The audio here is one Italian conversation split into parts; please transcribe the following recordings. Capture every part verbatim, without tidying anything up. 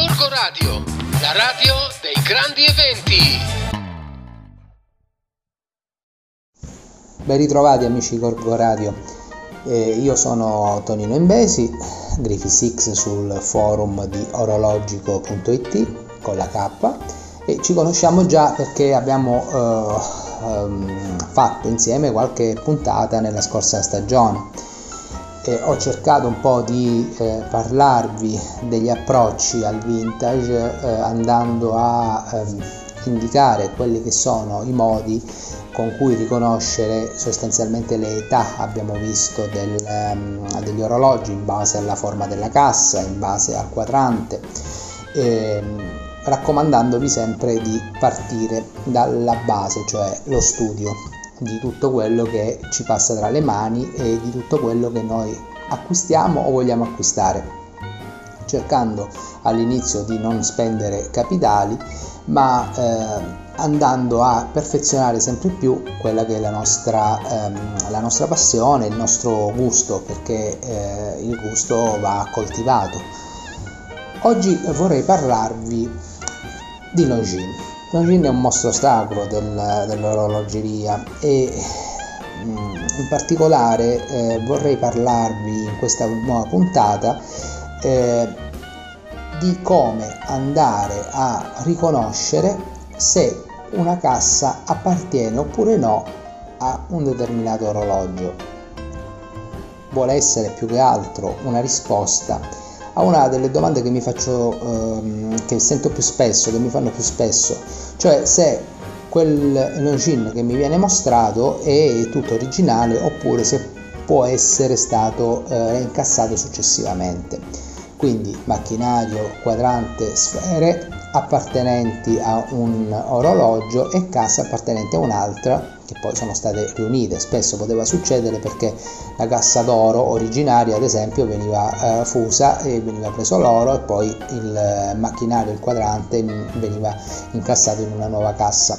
Gorgo Radio, la radio dei grandi eventi. Ben ritrovati amici Gorgo Radio, eh, io sono Tonino Imbesi, Griffis X sul forum di orologico punto it con la K, e ci conosciamo già perché abbiamo eh, ehm, fatto insieme qualche puntata nella scorsa stagione. E ho cercato un po' di eh, parlarvi degli approcci al vintage eh, andando a ehm, indicare quelli che sono i modi con cui riconoscere sostanzialmente le età, abbiamo visto, del, um, degli orologi in base alla forma della cassa, in base al quadrante, ehm, raccomandandovi sempre di partire dalla base, cioè lo studio di tutto quello che ci passa tra le mani e di tutto quello che noi acquistiamo o vogliamo acquistare, cercando all'inizio di non spendere capitali, ma eh, andando a perfezionare sempre più quella che è la nostra, ehm, la nostra passione, il nostro gusto, perché eh, il gusto va coltivato. Oggi vorrei parlarvi di Longines. Longines è un mostro sacro del, dell'orologeria e in particolare eh, vorrei parlarvi in questa nuova puntata eh, di come andare a riconoscere se una cassa appartiene oppure no a un determinato orologio. Vuole essere più che altro una risposta a una delle domande che mi faccio, ehm, che sento più spesso, che mi fanno più spesso, cioè se quel Longines che mi viene mostrato è tutto originale oppure se può essere stato eh, incassato successivamente. Quindi macchinario, quadrante, sfere appartenenti a un orologio e cassa appartenente a un'altra, che poi sono state riunite. Spesso poteva succedere perché la cassa d'oro originaria, ad esempio, veniva eh, fusa e veniva preso l'oro e poi il macchinario, il quadrante, veniva incassato in una nuova cassa.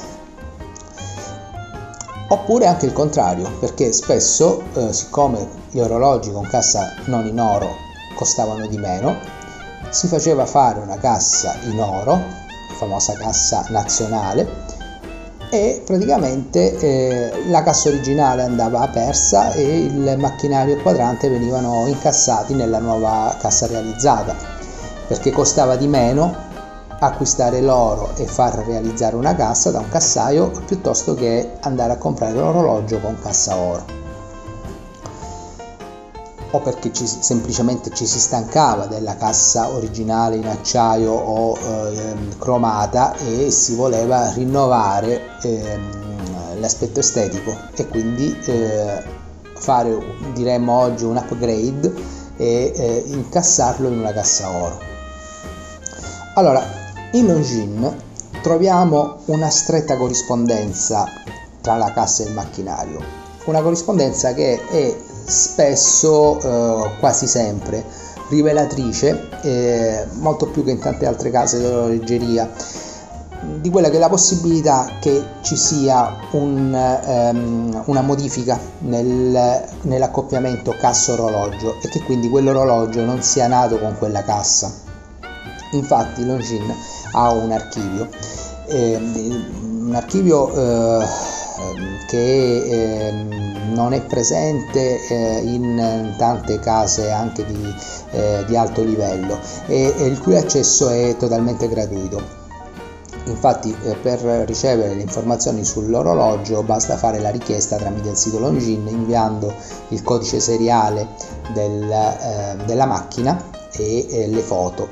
Oppure anche il contrario, perché spesso eh, siccome gli orologi con cassa non in oro costavano di meno, si faceva fare una cassa in oro, la famosa cassa nazionale, e praticamente eh, la cassa originale andava persa e il macchinario e il quadrante venivano incassati nella nuova cassa realizzata, perché costava di meno acquistare l'oro e far realizzare una cassa da un cassaio piuttosto che andare a comprare l'orologio con cassa oro, o perché ci, semplicemente ci si stancava della cassa originale in acciaio o eh, cromata e si voleva rinnovare eh, l'aspetto estetico e quindi eh, fare, diremmo oggi, un upgrade e eh, incassarlo in una cassa oro. Allora, in Longines troviamo una stretta corrispondenza tra la cassa e il macchinario, una corrispondenza che è spesso, eh, quasi sempre, rivelatrice, eh, molto più che in tante altre case dell'orologeria, di quella che è la possibilità che ci sia un, um, una modifica nel, nell'accoppiamento cassa-orologio e che quindi quell'orologio non sia nato con quella cassa. Infatti Longines ha un archivio, eh, un archivio eh, che eh, non è presente eh, in tante case anche di, eh, di alto livello e, e il cui accesso è totalmente gratuito. Infatti eh, per ricevere le informazioni sull'orologio basta fare la richiesta tramite il sito Longines inviando il codice seriale del, eh, della macchina e eh, le foto,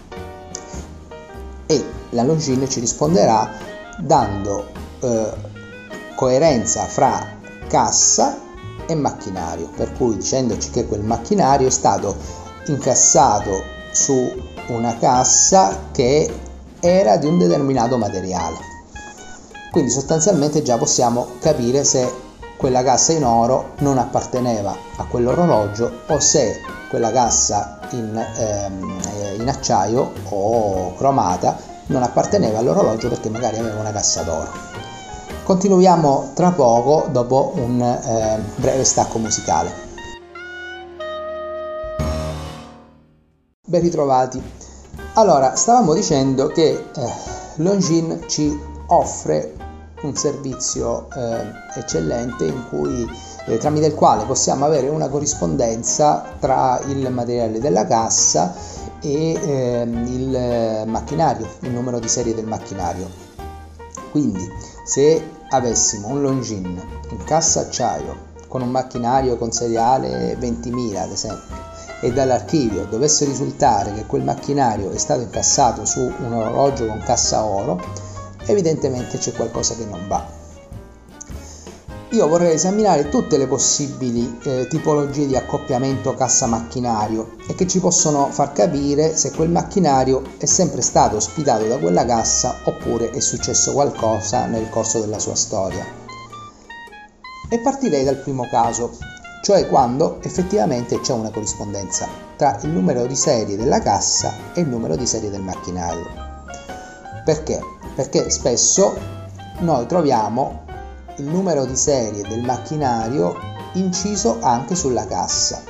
e la Longines ci risponderà dando eh, coerenza fra cassa e macchinario, per cui dicendoci che quel macchinario è stato incassato su una cassa che era di un determinato materiale. Quindi sostanzialmente già possiamo capire se quella cassa in oro non apparteneva a quell'orologio o se quella cassa in, ehm, in acciaio o cromata non apparteneva all'orologio perché magari aveva una cassa d'oro. Continuiamo tra poco dopo un eh, breve stacco musicale. Ben ritrovati. Allora, stavamo dicendo che eh, Longines ci offre un servizio eh, eccellente in cui, eh, tramite il quale possiamo avere una corrispondenza tra il materiale della cassa e eh, il macchinario, il numero di serie del macchinario. Quindi, se avessimo un Longines in cassa acciaio con un macchinario con seriale ventimila ad esempio, e dall'archivio dovesse risultare che quel macchinario è stato incassato su un orologio con cassa oro, evidentemente c'è qualcosa che non va. Io vorrei esaminare tutte le possibili eh, tipologie di accoppiamento cassa-macchinario e che ci possono far capire se quel macchinario è sempre stato ospitato da quella cassa oppure è successo qualcosa nel corso della sua storia. E partirei dal primo caso, cioè quando effettivamente c'è una corrispondenza tra il numero di serie della cassa e il numero di serie del macchinario. Perché? Perché spesso noi troviamo il numero di serie del macchinario inciso anche sulla cassa.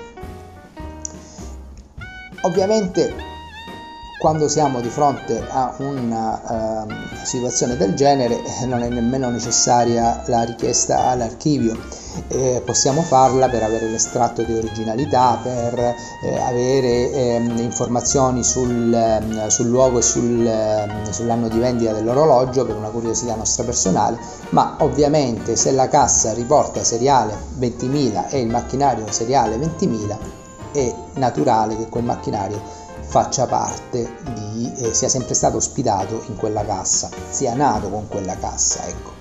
Ovviamente quando siamo di fronte a una uh, situazione del genere non è nemmeno necessaria la richiesta all'archivio, eh, possiamo farla per avere l'estratto di originalità, per eh, avere eh, informazioni sul, eh, sul luogo e sul, eh, sull'anno di vendita dell'orologio, per una curiosità nostra personale, ma ovviamente se la cassa riporta seriale ventimila e il macchinario seriale ventimila, è naturale che quel macchinario faccia parte di, eh, sia sempre stato ospitato in quella cassa, sia nato con quella cassa, ecco.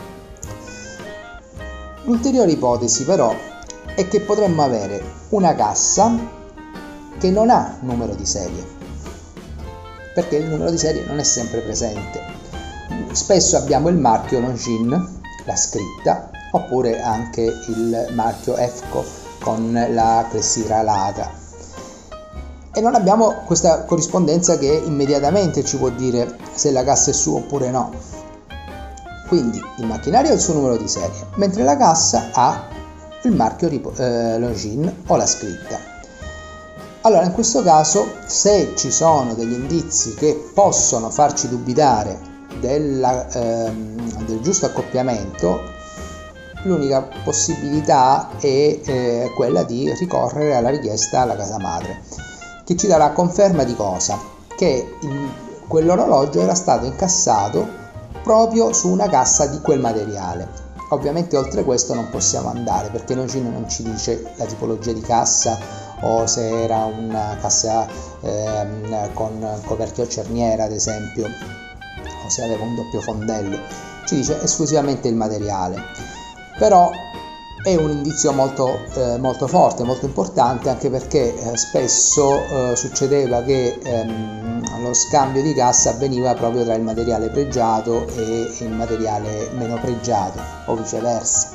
L'ulteriore ipotesi però è che potremmo avere una cassa che non ha numero di serie, perché il numero di serie non è sempre presente. Spesso abbiamo il marchio Longines, la scritta, oppure anche il marchio EFCO con la clessidra alata. E non abbiamo questa corrispondenza che immediatamente ci può dire se la cassa è sua oppure no. Quindi il macchinario ha il suo numero di serie, mentre la cassa ha il marchio eh, Longines o la scritta. Allora, in questo caso, se ci sono degli indizi che possono farci dubitare della, ehm, del giusto accoppiamento, l'unica possibilità è eh, quella di ricorrere alla richiesta alla casa madre, che ci darà conferma di cosa? Che il, quell'orologio era stato incassato proprio su una cassa di quel materiale. Ovviamente oltre questo non possiamo andare, perché Longines non ci dice la tipologia di cassa o se era una cassa ehm, con coperchio cerniera ad esempio, o se aveva un doppio fondello, ci dice esclusivamente il materiale. Però è un indizio molto, eh, molto forte, molto importante, anche perché eh, spesso eh, succedeva che ehm, lo scambio di cassa avveniva proprio tra il materiale pregiato e il materiale meno pregiato, o viceversa.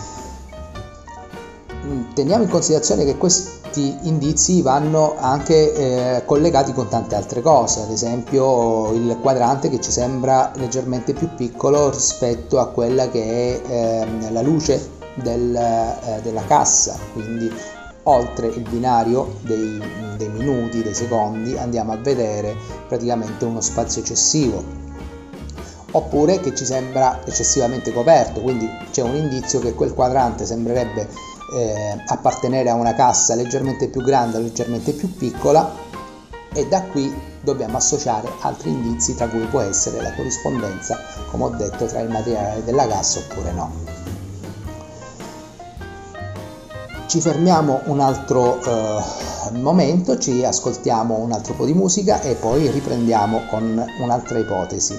Teniamo in considerazione che questi indizi vanno anche eh, collegati con tante altre cose, ad esempio il quadrante che ci sembra leggermente più piccolo rispetto a quella che è eh, la luce Del, eh, della cassa, quindi oltre il binario dei, dei minuti, dei secondi, andiamo a vedere praticamente uno spazio eccessivo, oppure che ci sembra eccessivamente coperto, quindi c'è un indizio che quel quadrante sembrerebbe eh, appartenere a una cassa leggermente più grande o leggermente più piccola, e da qui dobbiamo associare altri indizi, tra cui può essere la corrispondenza, come ho detto, tra il materiale della cassa oppure no. Ci fermiamo un altro eh, momento, ci ascoltiamo un altro po' di musica e poi riprendiamo con un'altra ipotesi.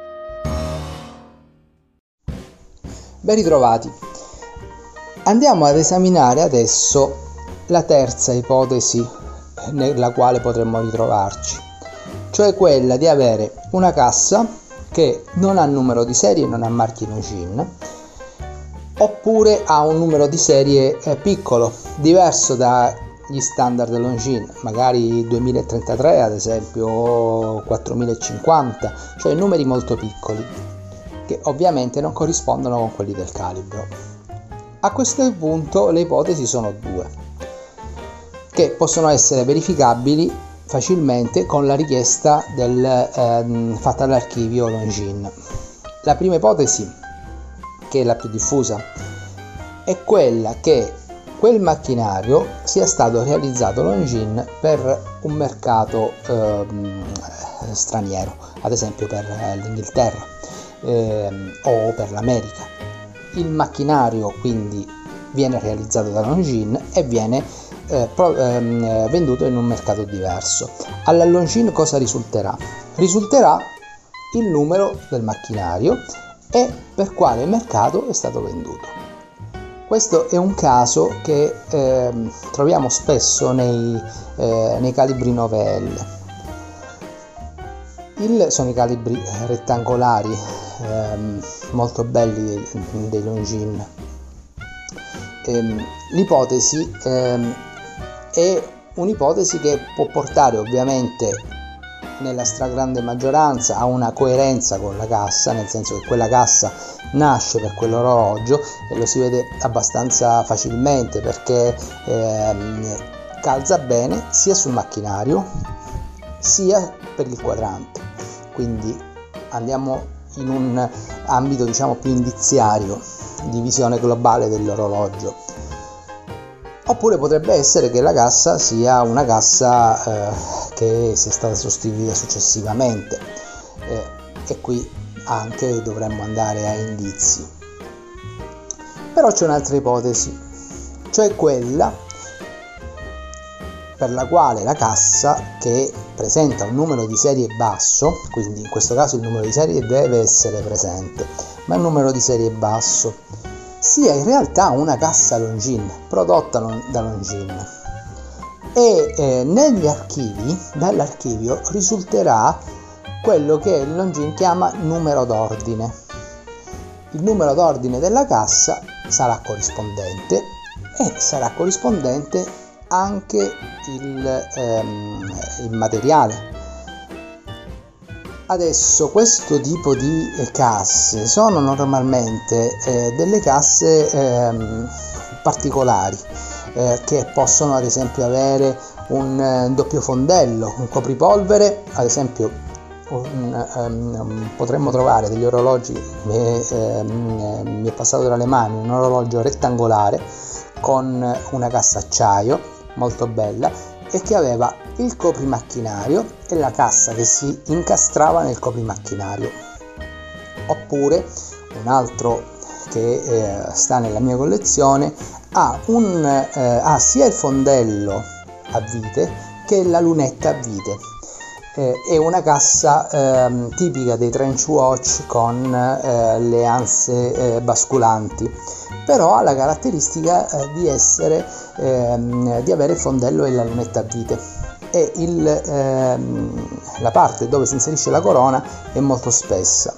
Ben ritrovati. Andiamo ad esaminare adesso la terza ipotesi nella quale potremmo ritrovarci, cioè quella di avere una cassa che non ha numero di serie e non ha marchi Longines, oppure ha un numero di serie eh, piccolo, diverso dagli standard Longines, magari duemilatrentatré ad esempio, o quattromilacinquanta, cioè numeri molto piccoli, che ovviamente non corrispondono con quelli del calibro. A questo punto le ipotesi sono due, che possono essere verificabili facilmente con la richiesta del, eh, fatta all'archivio Longines. La prima ipotesi, che è la più diffusa, è quella che quel macchinario sia stato realizzato Longines per un mercato eh, straniero, ad esempio per l'Inghilterra eh, o per l'America. Il macchinario quindi viene realizzato da Longines e viene eh, pro, eh, venduto in un mercato diverso. Alla Longines cosa risulterà? Risulterà il numero del macchinario e per quale mercato è stato venduto. Questo è un caso che eh, troviamo spesso nei, eh, nei calibri nove L. Il, sono i calibri rettangolari eh, molto belli dei, dei Longines. Eh, l'ipotesi eh, è un'ipotesi che può portare ovviamente nella stragrande maggioranza a una coerenza con la cassa, nel senso che quella cassa nasce per quell'orologio e lo si vede abbastanza facilmente perché ehm, calza bene sia sul macchinario sia per il quadrante, quindi andiamo in un ambito diciamo più indiziario di visione globale dell'orologio. Oppure potrebbe essere che la cassa sia una cassa eh, che sia stata sostituita successivamente eh, e qui anche dovremmo andare a indizi. Però c'è un'altra ipotesi, cioè quella per la quale la cassa, che presenta un numero di serie basso, quindi in questo caso il numero di serie deve essere presente, ma un numero di serie basso, sia in realtà una cassa Longines, prodotta da Longines. E eh, negli archivi, dall'archivio risulterà quello che Longines chiama numero d'ordine. Il numero d'ordine della cassa sarà corrispondente e sarà corrispondente anche il, ehm, il materiale. Adesso questo tipo di casse sono normalmente eh, delle casse ehm, particolari eh, che possono ad esempio avere un eh, doppio fondello, un copripolvere, ad esempio un, um, potremmo trovare degli orologi, eh, eh, mi è passato tra le mani un orologio rettangolare con una cassa acciaio molto bella e che aveva il coprimacchinario e la cassa che si incastrava nel coprimacchinario. Oppure un altro che eh, sta nella mia collezione ha, un, eh, ha sia il fondello a vite che la lunetta a vite. Eh, è una cassa eh, tipica dei trench watch con eh, le anse eh, basculanti, però ha la caratteristica eh, di essere ehm, di avere il fondello e la lunetta a vite e il, ehm, la parte dove si inserisce la corona è molto spessa.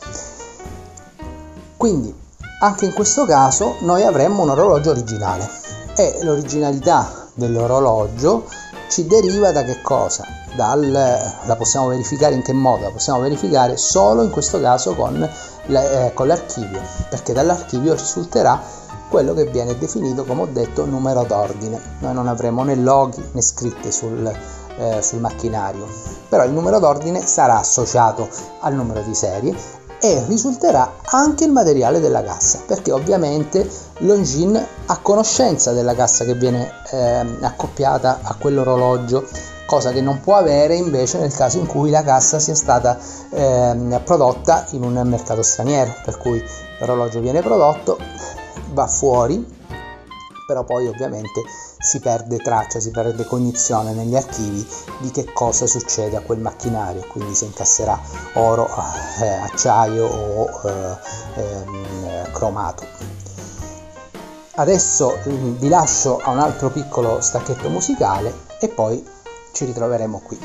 Quindi anche in questo caso noi avremmo un orologio originale e l'originalità dell'orologio ci deriva da che cosa? Dal, la possiamo verificare in che modo? La possiamo verificare solo in questo caso con, la, eh, con l'archivio, perché dall'archivio risulterà quello che viene definito, come ho detto, numero d'ordine. Noi non avremo né loghi né scritte sul, eh, sul macchinario, però il numero d'ordine sarà associato al numero di serie e risulterà anche il materiale della cassa, perché ovviamente Longines ha conoscenza della cassa che viene eh, accoppiata a quell'orologio, cosa che non può avere invece nel caso in cui la cassa sia stata eh, prodotta in un mercato straniero, per cui l'orologio viene prodotto, va fuori, però poi ovviamente si perde traccia, si perde cognizione negli archivi di che cosa succede a quel macchinario, quindi si incasserà oro, eh, acciaio o eh, eh, cromato. Adesso vi lascio a un altro piccolo stacchetto musicale e poi ci ritroveremo qui.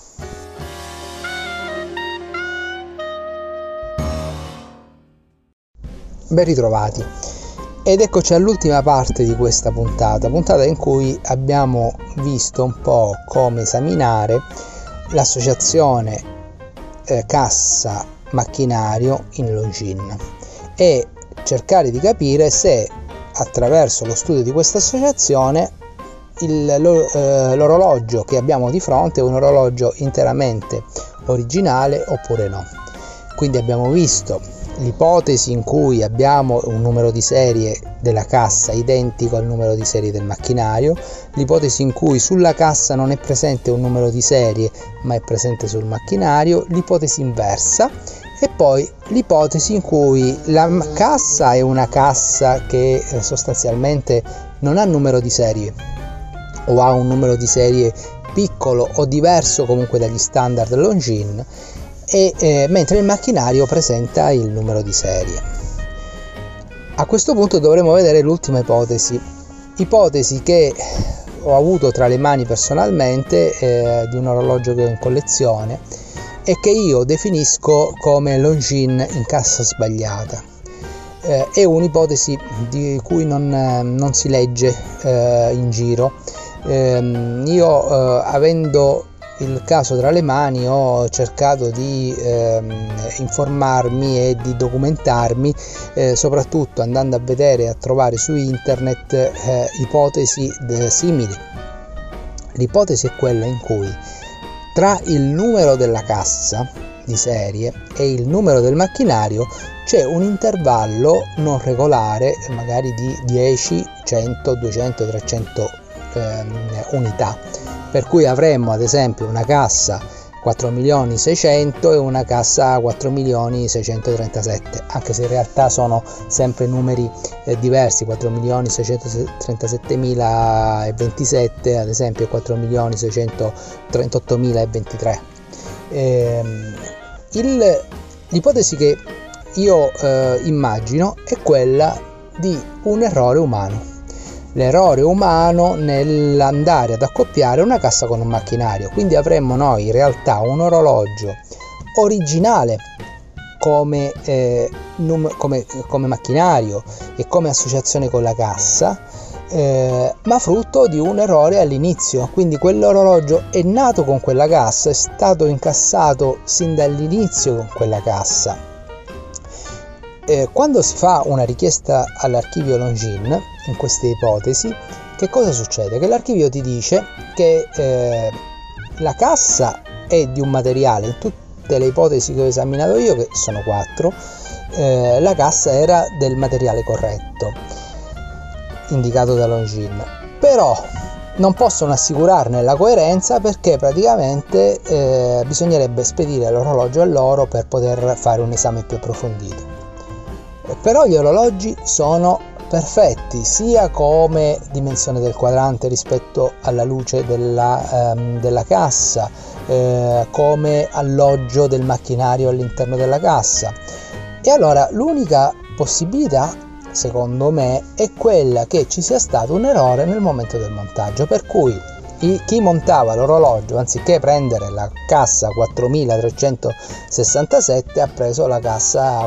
Ben ritrovati. Ed eccoci all'ultima parte di questa puntata, puntata in cui abbiamo visto un po' come esaminare l'associazione eh, cassa macchinario in Longines e cercare di capire se attraverso lo studio di questa associazione il, lo, eh, l'orologio che abbiamo di fronte è un orologio interamente originale oppure no. Quindi abbiamo visto l'ipotesi in cui abbiamo un numero di serie della cassa identico al numero di serie del macchinario, l'ipotesi in cui sulla cassa non è presente un numero di serie ma è presente sul macchinario, l'ipotesi inversa, e poi l'ipotesi in cui la cassa è una cassa che sostanzialmente non ha numero di serie o ha un numero di serie piccolo o diverso comunque dagli standard Longines, e eh, mentre il macchinario presenta il numero di serie. A questo punto dovremo vedere l'ultima ipotesi, ipotesi che ho avuto tra le mani personalmente, eh, di un orologio che ho in collezione e che io definisco come Longines in cassa sbagliata. Eh, è un'ipotesi di cui non, non si legge eh, in giro. Eh, io eh, avendo il caso tra le mani ho cercato di eh, informarmi e di documentarmi, eh, soprattutto andando a vedere e a trovare su internet eh, ipotesi de- simili. L'ipotesi è quella in cui tra il numero della cassa di serie e il numero del macchinario c'è un intervallo non regolare, magari di dieci, cento, duecento, trecento eh, unità, per cui avremmo ad esempio una cassa quattro milioni seicento e una cassa quattro milioni seicentotrentasette, anche se in realtà sono sempre numeri eh, diversi, quattro milioni seicentotrentasette ad esempio, e quattro milioni seicentotrentaottoventitré. Ehm, il, l'ipotesi che io eh, immagino è quella di un errore umano. L'errore umano nell'andare ad accoppiare una cassa con un macchinario, quindi avremmo noi in realtà un orologio originale come, eh, num- come, come macchinario e come associazione con la cassa, eh, ma frutto di un errore all'inizio. Quindi quell'orologio è nato con quella cassa, è stato incassato sin dall'inizio con quella cassa. Eh, quando si fa una richiesta all'archivio Longines, in queste ipotesi, che cosa succede? Che l'archivio ti dice che eh, la cassa è di un materiale, in tutte le ipotesi che ho esaminato io, che sono quattro, eh, la cassa era del materiale corretto, indicato da Longines, però non possono assicurarne la coerenza perché praticamente eh, bisognerebbe spedire l'orologio a loro per poter fare un esame più approfondito. Però gli orologi sono perfetti sia come dimensione del quadrante rispetto alla luce della, ehm, della cassa, eh, come alloggio del macchinario all'interno della cassa. E allora l'unica possibilità, secondo me, è quella che ci sia stato un errore nel momento del montaggio, per cui chi montava l'orologio, anziché prendere la cassa quattromilatrecentosessantasette, ha preso la cassa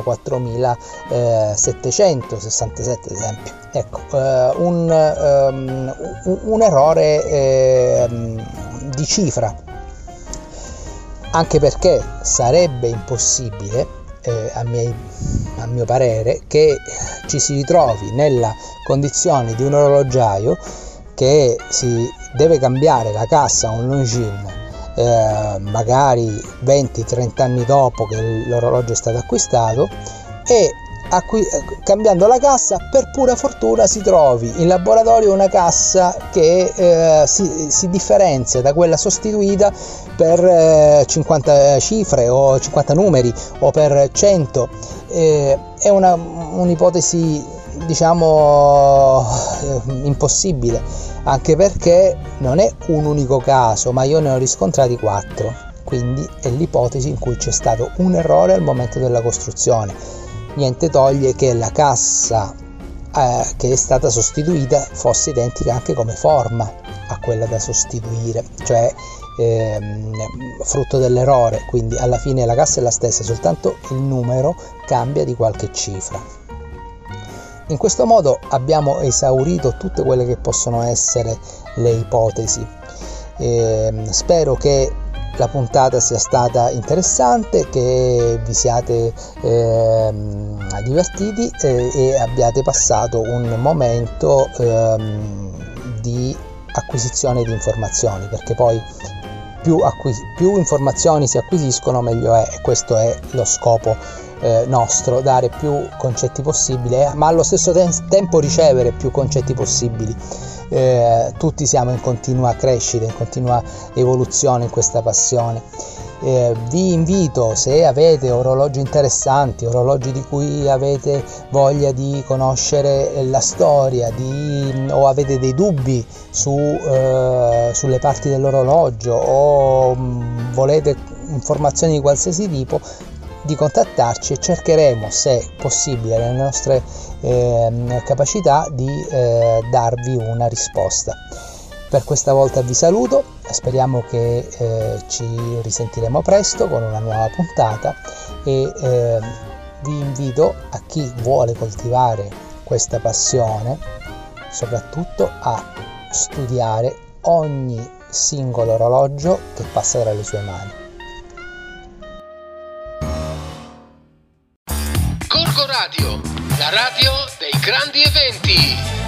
quattromilasettecentosessantasette, ad esempio. Ecco, eh, un, um, un errore eh, di cifra, anche perché sarebbe impossibile, eh, a, miei, a mio parere, che ci si ritrovi nella condizione di un orologiaio che si deve cambiare la cassa a un Longines eh, magari venti trenta anni dopo che l'orologio è stato acquistato, e acqui- cambiando la cassa per pura fortuna si trovi in laboratorio una cassa che eh, si, si differenzia da quella sostituita per eh, cinquanta cifre o cinquanta numeri o per cento. Eh, è una, un'ipotesi diciamo eh, impossibile, anche perché non è un unico caso, ma io ne ho riscontrati quattro, quindi è l'ipotesi in cui c'è stato un errore al momento della costruzione. Niente toglie che la cassa eh, che è stata sostituita fosse identica anche come forma a quella da sostituire, cioè ehm, frutto dell'errore, quindi alla fine la cassa è la stessa, soltanto il numero cambia di qualche cifra. In questo modo abbiamo esaurito tutte quelle che possono essere le ipotesi. Eh, spero che la puntata sia stata interessante, che vi siate eh, divertiti eh, e abbiate passato un momento eh, di acquisizione di informazioni, perché poi più, acquis- più informazioni si acquisiscono meglio è, e questo è lo scopo eh, nostro, dare più concetti possibili, eh, ma allo stesso te- tempo ricevere più concetti possibili. Eh, tutti siamo in continua crescita, in continua evoluzione in questa passione. Eh, vi invito, se avete orologi interessanti, orologi di cui avete voglia di conoscere la storia, di, o avete dei dubbi su, eh, sulle parti dell'orologio, o mh, volete informazioni di qualsiasi tipo, di contattarci e cercheremo, se possibile, nelle nostre eh, capacità, di eh, darvi una risposta. Per questa volta vi saluto, speriamo che eh, ci risentiremo presto con una nuova puntata e eh, vi invito, a chi vuole coltivare questa passione, soprattutto a studiare ogni singolo orologio che passa tra le sue mani. Gorgo Radio, la radio dei grandi eventi.